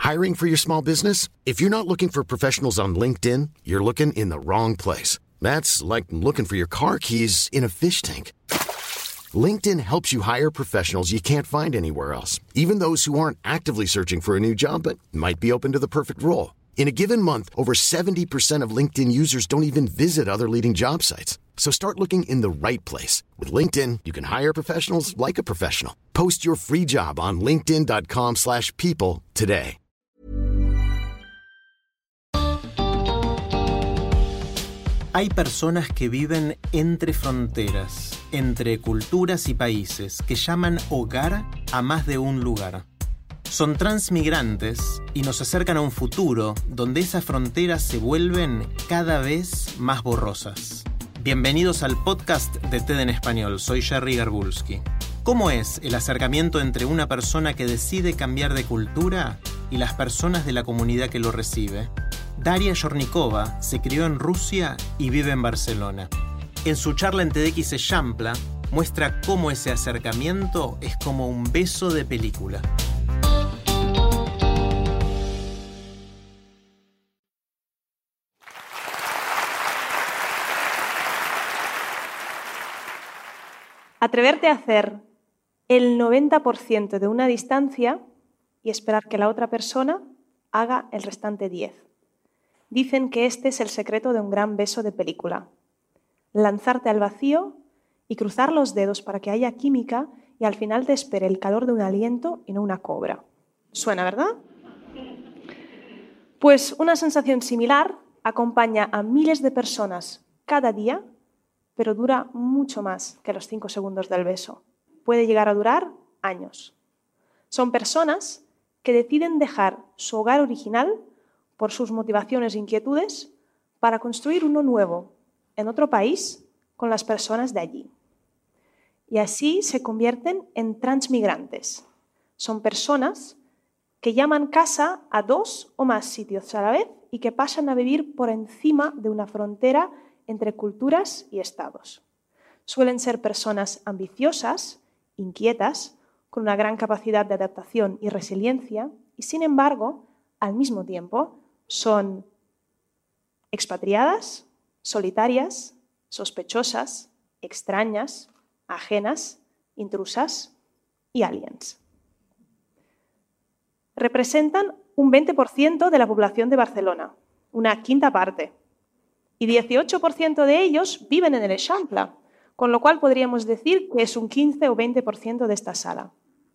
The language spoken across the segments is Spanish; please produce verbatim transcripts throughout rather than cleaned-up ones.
Hiring for your small business? If you're not looking for professionals on LinkedIn, you're looking in the wrong place. That's like looking for your car keys in a fish tank. LinkedIn helps you hire professionals you can't find anywhere else, even those who aren't actively searching for a new job but might be open to the perfect role. In a given month, over seventy percent of LinkedIn users don't even visit other leading job sites. So start looking in the right place. With LinkedIn, you can hire professionals like a professional. Post your free job on linkedin dot com slash people today. Hay personas que viven entre fronteras, entre culturas y países, que llaman hogar a más de un lugar. Son transmigrantes y nos acercan a un futuro donde esas fronteras se vuelven cada vez más borrosas. Bienvenidos al podcast de TED en Español, soy Jerry Garbulski. ¿Cómo es el acercamiento entre una persona que decide cambiar de cultura y las personas de la comunidad que lo recibe? Daria Yornikova se crió en Rusia y vive en Barcelona. En su charla en TEDx Eixample muestra cómo ese acercamiento es como un beso de película. Atreverte a hacer el noventa por ciento de una distancia y esperar que la otra persona haga el restante diez. Dicen que este es el secreto de un gran beso de película. Lanzarte al vacío y cruzar los dedos para que haya química y al final te espere el calor de un aliento y no una cobra. ¿Suena, verdad? Pues una sensación similar acompaña a miles de personas cada día, pero dura mucho más que los cinco segundos del beso. Puede llegar a durar años. Son personas que deciden dejar su hogar original por sus motivaciones e inquietudes para construir uno nuevo en otro país con las personas de allí. Y así se convierten en transmigrantes. Son personas que llaman casa a dos o más sitios a la vez y que pasan a vivir por encima de una frontera entre culturas y estados. Suelen ser personas ambiciosas, inquietas, con una gran capacidad de adaptación y resiliencia, y sin embargo, al mismo tiempo, son expatriadas, solitarias, sospechosas, extrañas, ajenas, intrusas y aliens. Representan un veinte por ciento de la población de Barcelona, una quinta parte, y dieciocho por ciento de ellos viven en el Eixample, con lo cual podríamos decir que es un quince o veinte por ciento de esta sala.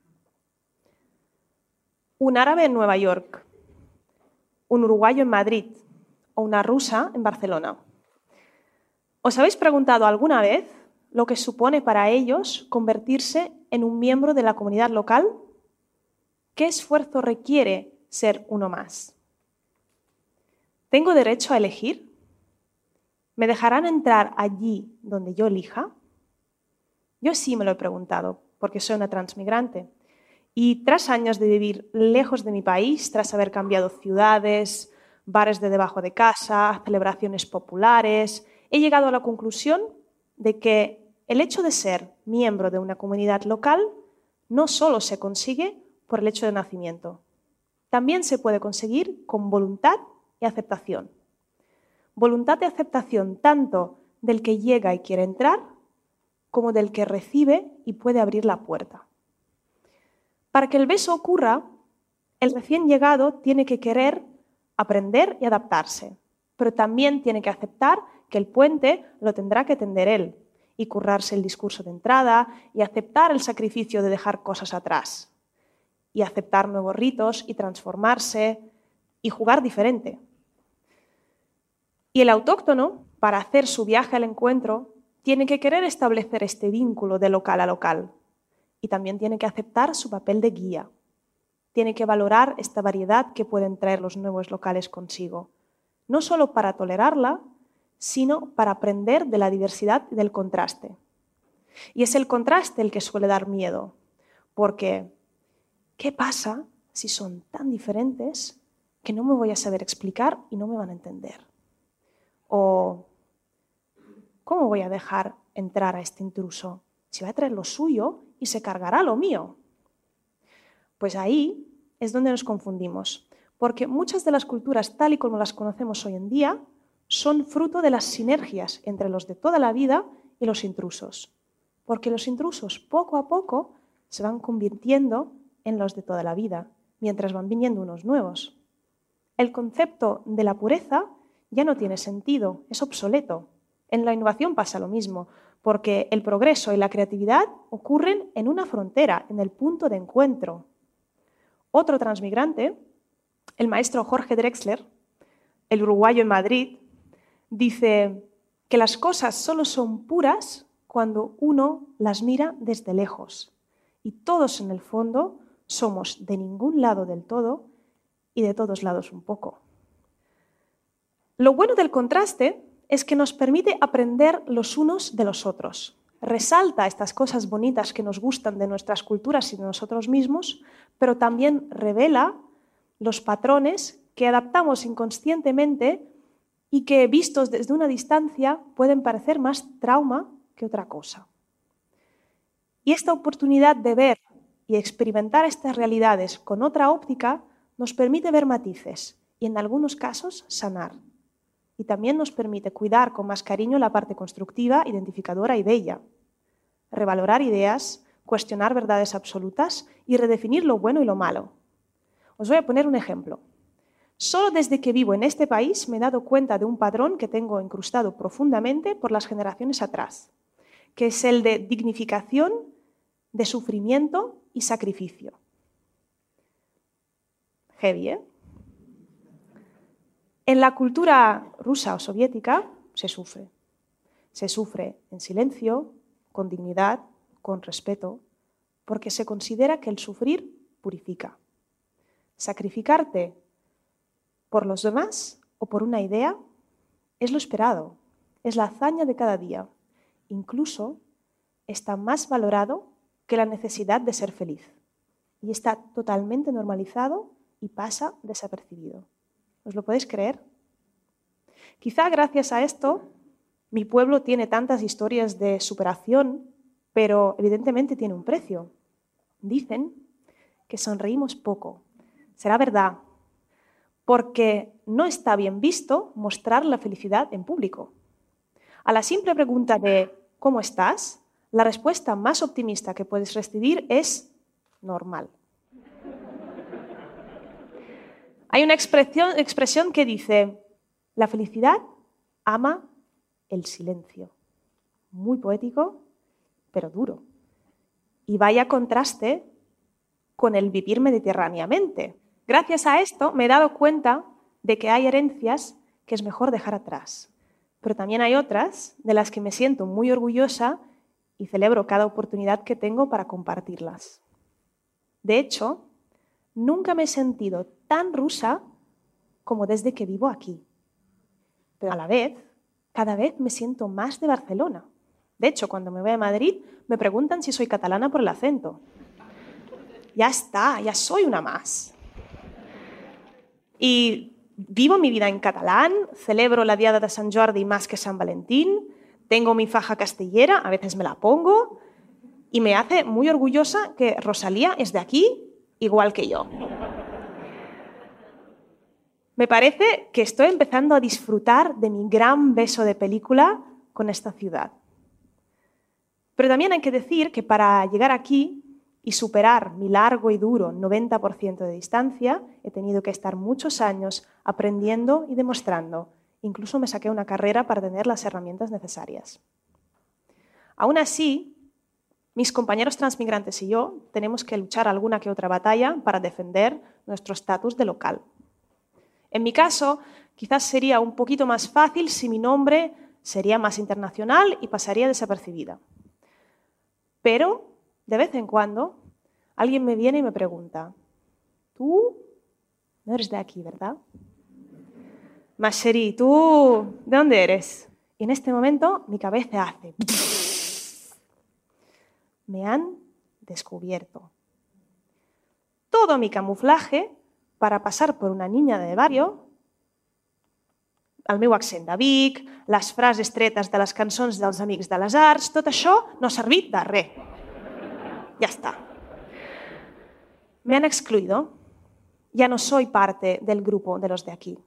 Un árabe en Nueva York, un uruguayo en Madrid o una rusa en Barcelona. ¿Os habéis preguntado alguna vez lo que supone para ellos convertirse en un miembro de la comunidad local? ¿Qué esfuerzo requiere ser uno más? ¿Tengo derecho a elegir? ¿Me dejarán entrar allí donde yo elija? Yo sí me lo he preguntado, porque soy una transmigrante. Y tras años de vivir lejos de mi país, tras haber cambiado ciudades, bares de debajo de casa, celebraciones populares, he llegado a la conclusión de que el hecho de ser miembro de una comunidad local no solo se consigue por el hecho de nacimiento, también se puede conseguir con voluntad y aceptación. Voluntad de aceptación tanto del que llega y quiere entrar, como del que recibe y puede abrir la puerta. Para que el beso ocurra, el recién llegado tiene que querer aprender y adaptarse, pero también tiene que aceptar que el puente lo tendrá que tender él y currarse el discurso de entrada y aceptar el sacrificio de dejar cosas atrás y aceptar nuevos ritos y transformarse y jugar diferente. Y el autóctono, para hacer su viaje al encuentro, tiene que querer establecer este vínculo de local a local y también tiene que aceptar su papel de guía. Tiene que valorar esta variedad que pueden traer los nuevos locales consigo, no solo para tolerarla, sino para aprender de la diversidad y del contraste. Y es el contraste el que suele dar miedo, porque ¿qué pasa si son tan diferentes que no me voy a saber explicar y no me van a entender? O ¿cómo voy a dejar entrar a este intruso si va a traer lo suyo y se cargará lo mío? Pues ahí es donde nos confundimos, porque muchas de las culturas tal y como las conocemos hoy en día son fruto de las sinergias entre los de toda la vida y los intrusos, porque los intrusos poco a poco se van convirtiendo en los de toda la vida, mientras van viniendo unos nuevos. El concepto de la pureza ya no tiene sentido, es obsoleto. En la innovación pasa lo mismo, porque el progreso y la creatividad ocurren en una frontera, en el punto de encuentro. Otro transmigrante, el maestro Jorge Drexler, el uruguayo en Madrid, dice que las cosas solo son puras cuando uno las mira desde lejos. Y todos en el fondo somos de ningún lado del todo y de todos lados un poco. Lo bueno del contraste es que nos permite aprender los unos de los otros. Resalta estas cosas bonitas que nos gustan de nuestras culturas y de nosotros mismos, pero también revela los patrones que adaptamos inconscientemente y que, vistos desde una distancia, pueden parecer más trauma que otra cosa. Y esta oportunidad de ver y experimentar estas realidades con otra óptica nos permite ver matices y, en algunos casos, sanar. Y también nos permite cuidar con más cariño la parte constructiva, identificadora y bella, revalorar ideas, cuestionar verdades absolutas y redefinir lo bueno y lo malo. Os voy a poner un ejemplo. Solo desde que vivo en este país me he dado cuenta de un patrón que tengo incrustado profundamente por las generaciones atrás, que es el de dignificación, de sufrimiento y sacrificio. Heavy, ¿eh? En la cultura rusa o soviética se sufre. Se sufre en silencio, con dignidad, con respeto, porque se considera que el sufrir purifica. Sacrificarte por los demás o por una idea es lo esperado, es la hazaña de cada día. Incluso está más valorado que la necesidad de ser feliz. Y está totalmente normalizado y pasa desapercibido. ¿Os lo podéis creer? Quizá gracias a esto mi pueblo tiene tantas historias de superación, pero evidentemente tiene un precio. Dicen que sonreímos poco. Será verdad, porque no está bien visto mostrar la felicidad en público. A la simple pregunta de ¿cómo estás?, la respuesta más optimista que puedes recibir es normal. Hay una expresión, expresión que dice, la felicidad ama el silencio. Muy poético, pero duro. Y vaya contraste con el vivir mediterráneamente. Gracias a esto me he dado cuenta de que hay herencias que es mejor dejar atrás. Pero también hay otras de las que me siento muy orgullosa y celebro cada oportunidad que tengo para compartirlas. De hecho, nunca me he sentido tan rusa como desde que vivo aquí. Pero a la vez, cada vez me siento más de Barcelona. De hecho, cuando me voy a Madrid, me preguntan si soy catalana por el acento. Ya está, ya soy una más. Y vivo mi vida en catalán, celebro la Diada de Sant Jordi más que San Valentín, tengo mi faja castellera, a veces me la pongo, y me hace muy orgullosa que Rosalía es de aquí, igual que yo. Me parece que estoy empezando a disfrutar de mi gran beso de película con esta ciudad. Pero también hay que decir que para llegar aquí y superar mi largo y duro noventa por ciento de distancia, he tenido que estar muchos años aprendiendo y demostrando. Incluso me saqué una carrera para tener las herramientas necesarias. Aún así, mis compañeros transmigrantes y yo tenemos que luchar alguna que otra batalla para defender nuestro estatus de local. En mi caso, quizás sería un poquito más fácil si mi nombre sería más internacional y pasaría desapercibida. Pero, de vez en cuando, alguien me viene y me pregunta, ¿tú no eres de aquí, verdad? Masheri, ¿tú de dónde eres? Y en este momento mi cabeza hace... Me han descubierto. Todo mi camuflaje para pasar por una niña de barrio, el meu accent de Vic, les frases tretes de les cançons dels Amics de les Arts, tot això no ha servit de res. Ya está. Me han excluido. ya no soy parte del grupo de los de aquí.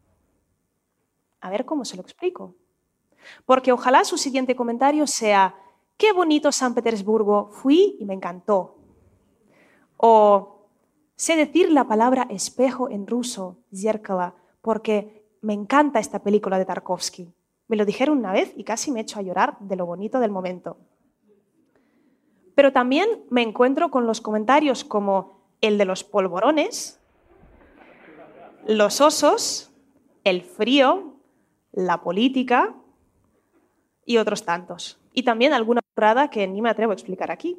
A ver cómo se lo explico. Porque ojalá su siguiente comentario sea: qué bonito San Petersburgo, fui y me encantó. O sé decir la palabra espejo en ruso, zerkalo, porque me encanta esta película de Tarkovsky. Me lo dijeron una vez y casi me echo a llorar de lo bonito del momento. Pero también me encuentro con los comentarios como el de los polvorones, los osos, el frío, la política y otros tantos. Y también alguna burrada que ni me atrevo a explicar aquí.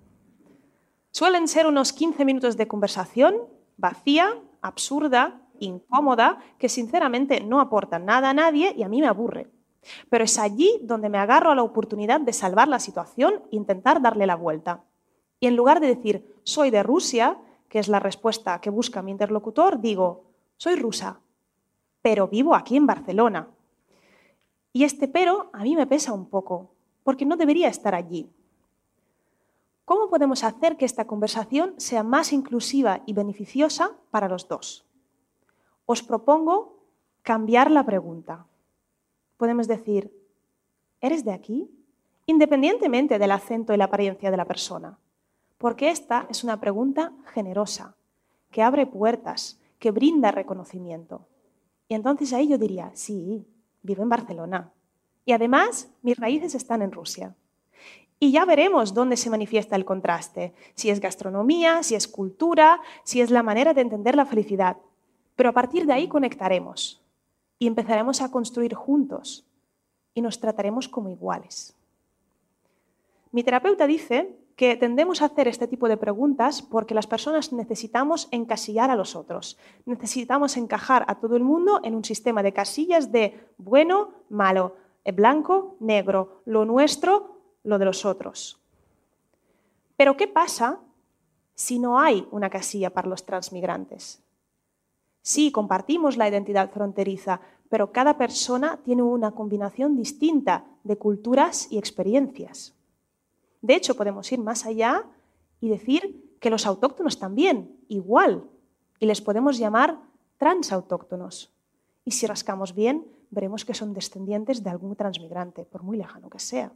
Suelen ser unos quince minutos de conversación vacía, absurda, incómoda, que sinceramente no aportan nada a nadie y a mí me aburre. Pero es allí donde me agarro a la oportunidad de salvar la situación e intentar darle la vuelta. Y en lugar de decir soy de Rusia, que es la respuesta que busca mi interlocutor, digo soy rusa, pero vivo aquí en Barcelona. Y este pero a mí me pesa un poco, porque no debería estar allí. ¿Cómo podemos hacer que esta conversación sea más inclusiva y beneficiosa para los dos? Os propongo cambiar la pregunta. Podemos decir, ¿eres de aquí? Independientemente del acento y la apariencia de la persona. Porque esta es una pregunta generosa, que abre puertas, que brinda reconocimiento. Y entonces ahí yo diría, sí, vivo en Barcelona. Y además, mis raíces están en Rusia. Y ya veremos dónde se manifiesta el contraste, si es gastronomía, si es cultura, si es la manera de entender la felicidad. Pero a partir de ahí conectaremos y empezaremos a construir juntos y nos trataremos como iguales. Mi terapeuta dice que tendemos a hacer este tipo de preguntas porque las personas necesitamos encasillar a los otros. Necesitamos encajar a todo el mundo en un sistema de casillas de bueno, malo, blanco, negro, lo nuestro, lo de los otros. Pero ¿qué pasa si no hay una casilla para los transmigrantes? Sí, compartimos la identidad fronteriza, pero cada persona tiene una combinación distinta de culturas y experiencias. De hecho, podemos ir más allá y decir que los autóctonos también, igual, y les podemos llamar transautóctonos. Y si rascamos bien, veremos que son descendientes de algún transmigrante, por muy lejano que sea.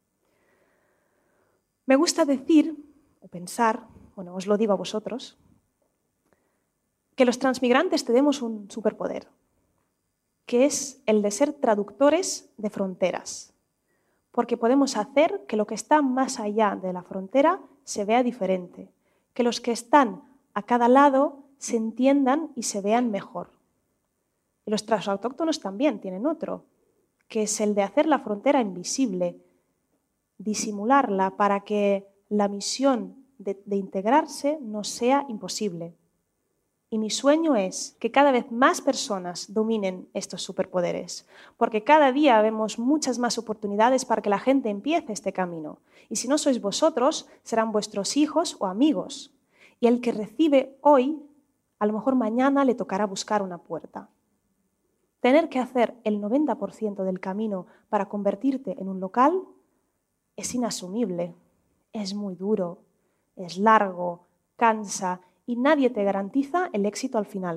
Me gusta decir, o pensar, bueno, os lo digo a vosotros, que los transmigrantes tenemos un superpoder, que es el de ser traductores de fronteras, porque podemos hacer que lo que está más allá de la frontera se vea diferente, que los que están a cada lado se entiendan y se vean mejor. Y los transautóctonos también tienen otro, que es el de hacer la frontera invisible, disimularla para que la misión de, de integrarse no sea imposible. Y mi sueño es que cada vez más personas dominen estos superpoderes, porque cada día vemos muchas más oportunidades para que la gente empiece este camino. Y si no sois vosotros, serán vuestros hijos o amigos. Y el que recibe hoy, a lo mejor mañana le tocará buscar una puerta. Tener que hacer el noventa por ciento del camino para convertirte en un local es inasumible, es muy duro, es largo, cansa y nadie te garantiza el éxito al final.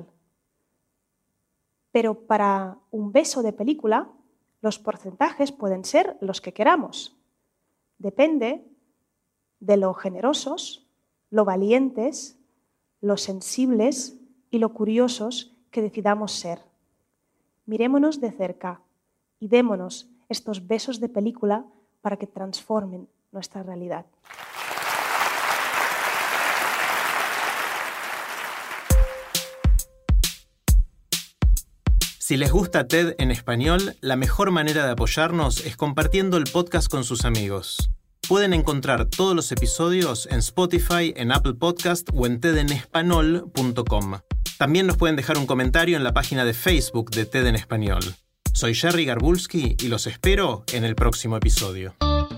Pero para un beso de película, los porcentajes pueden ser los que queramos. Depende de lo generosos, lo valientes, lo sensibles y lo curiosos que decidamos ser. Mirémonos de cerca y démonos estos besos de película para que transformen nuestra realidad. Si les gusta TED en español, la mejor manera de apoyarnos es compartiendo el podcast con sus amigos. Pueden encontrar todos los episodios en Spotify, en Apple Podcast o en ted en español punto com. También nos pueden dejar un comentario en la página de Facebook de TED en Español. Soy Jerry Garbulski y los espero en el próximo episodio.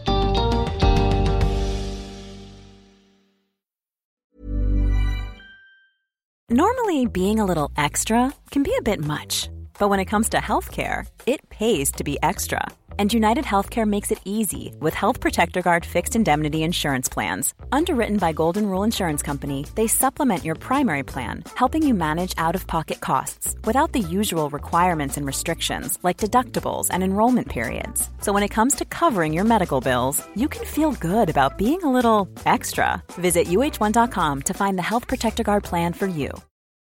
Normally, being a little extra can be a bit much. But when it comes to healthcare, it pays to be extra. And United Healthcare makes it easy with Health Protector Guard fixed indemnity insurance plans. Underwritten by Golden Rule Insurance Company, they supplement your primary plan, helping you manage out-of-pocket costs without the usual requirements and restrictions like deductibles and enrollment periods. So when it comes to covering your medical bills, you can feel good about being a little extra. Visit U H one dot com to find the Health Protector Guard plan for you.